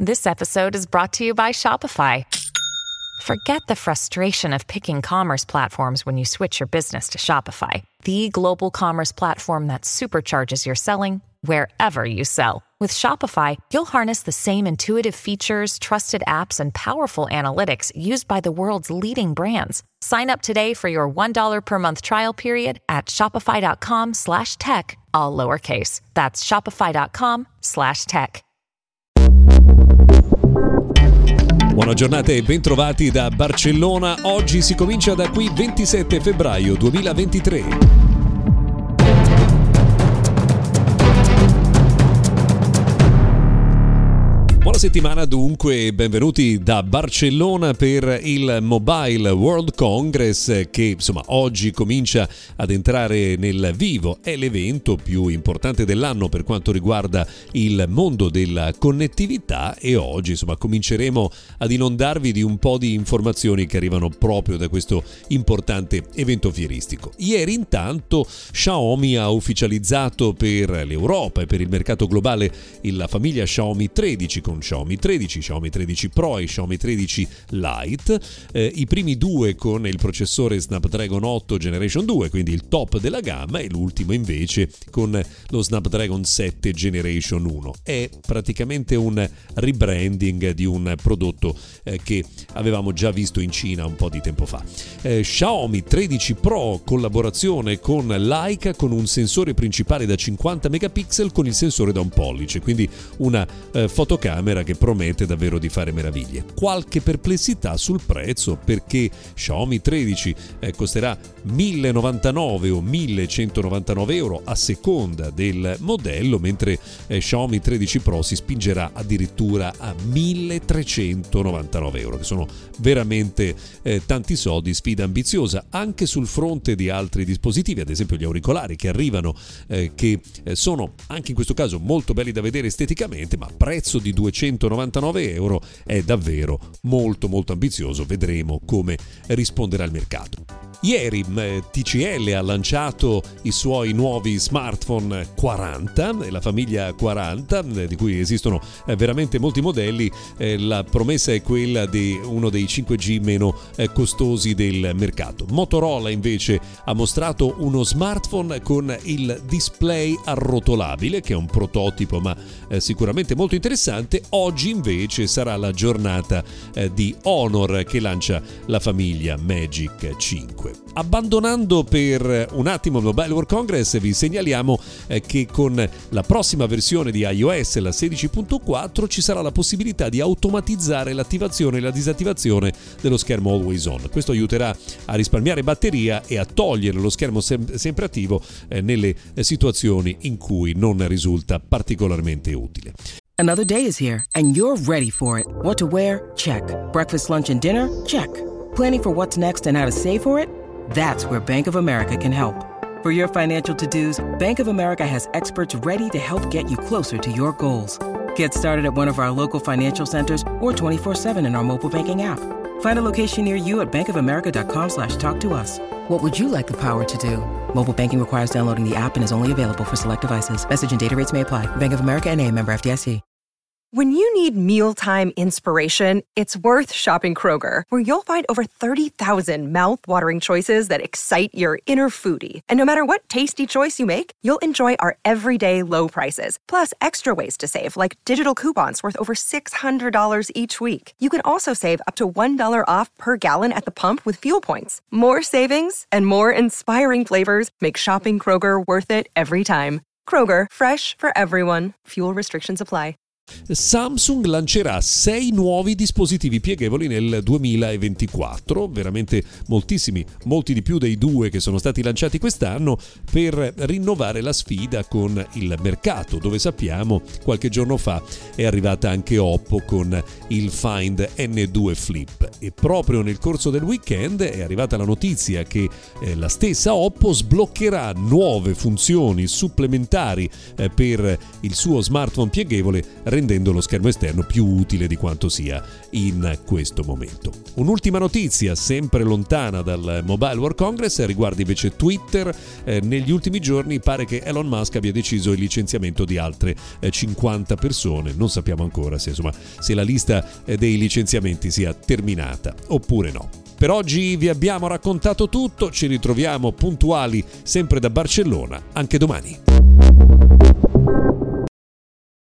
This episode is brought to you by Shopify. Forget the frustration of picking commerce platforms when you switch your business to Shopify, the global commerce platform that supercharges your selling wherever you sell. With Shopify, you'll harness the same intuitive features, trusted apps, and powerful analytics used by the world's leading brands. Sign up today for your $1 per month trial period at shopify.com/tech, all lowercase. That's shopify.com/tech. Buona giornata e bentrovati da Barcellona. Oggi si comincia da qui 27 febbraio 2023. Buona settimana dunque, benvenuti da Barcellona per il Mobile World Congress che insomma oggi comincia ad entrare nel vivo. È l'evento più importante dell'anno per quanto riguarda il mondo della connettività e oggi insomma cominceremo ad inondarvi di un po' di informazioni che arrivano proprio da questo importante evento fieristico. Ieri intanto Xiaomi ha ufficializzato per l'Europa e per il mercato globale la famiglia Xiaomi 13 con Xiaomi 13, Xiaomi 13 Pro e Xiaomi 13 Lite, i primi due con il processore Snapdragon 8 Generation 2, quindi il top della gamma, e l'ultimo invece con lo Snapdragon 7 Generation 1. È praticamente un rebranding di un prodotto che avevamo già visto in Cina un po' di tempo fa. Xiaomi 13 Pro, collaborazione con Leica con un sensore principale da 50 megapixel con il sensore da 1 pollice, quindi una fotocamera che promette davvero di fare meraviglie. Qualche perplessità sul prezzo perché Xiaomi 13 costerà 1.099 o 1.199 euro a seconda del modello, mentre Xiaomi 13 Pro si spingerà addirittura a 1.399 euro, che sono veramente tanti soldi, sfida ambiziosa anche sul fronte di altri dispositivi, ad esempio gli auricolari che arrivano, che sono anche in questo caso molto belli da vedere esteticamente, ma prezzo di 299 euro è davvero molto ambizioso. Vedremo come risponderà il mercato. Ieri TCL ha lanciato i suoi nuovi smartphone 40, la famiglia 40, di cui esistono veramente molti modelli. La promessa è quella di uno dei 5G meno costosi del mercato. Motorola invece ha mostrato uno smartphone con il display arrotolabile, che è un prototipo ma sicuramente molto interessante. Oggi invece sarà la giornata di Honor che lancia la famiglia Magic 5. Abbandonando per un attimo il Mobile World Congress, vi segnaliamo che con la prossima versione di iOS, la 16.4, ci sarà la possibilità di automatizzare l'attivazione e la disattivazione dello schermo Always On. Questo aiuterà a risparmiare batteria e a togliere lo schermo sempre attivo nelle situazioni in cui non risulta particolarmente utile. Another day is here and you're ready for it. What to wear? Check. Breakfast, lunch, and dinner? Check. Planning for what's next and how to save for it? That's where Bank of America can help. For your financial to-dos, Bank of America has experts ready to help get you closer to your goals. Get started at one of our local financial centers or 24/7 in our mobile banking app. Find a location near you at bankofamerica.com/talktous. What would you like the power to do? Mobile banking requires downloading the app and is only available for select devices. Message and data rates may apply. Bank of America N.A., member FDIC. When you need mealtime inspiration, it's worth shopping Kroger, where you'll find over 30,000 mouth-watering choices that excite your inner foodie. And no matter what tasty choice you make, you'll enjoy our everyday low prices, plus extra ways to save, like digital coupons worth over $600 each week. You can also save up to $1 off per gallon at the pump with fuel points. More savings and more inspiring flavors make shopping Kroger worth it every time. Kroger, fresh for everyone. Fuel restrictions apply. Samsung lancerà 6 nuovi dispositivi pieghevoli nel 2024, veramente moltissimi, molti di più dei 2 che sono stati lanciati quest'anno, per rinnovare la sfida con il mercato, dove sappiamo qualche giorno fa è arrivata anche Oppo con il Find N2 Flip, e proprio nel corso del weekend è arrivata la notizia che la stessa Oppo sbloccherà nuove funzioni supplementari per il suo smartphone pieghevole, rendendo lo schermo esterno più utile di quanto sia in questo momento. Un'ultima notizia, sempre lontana dal Mobile World Congress, riguarda invece Twitter. Negli ultimi giorni pare che Elon Musk abbia deciso il licenziamento di altre 50 persone. Non sappiamo ancora se la lista dei licenziamenti sia terminata oppure no. Per oggi vi abbiamo raccontato tutto, ci ritroviamo puntuali sempre da Barcellona anche domani.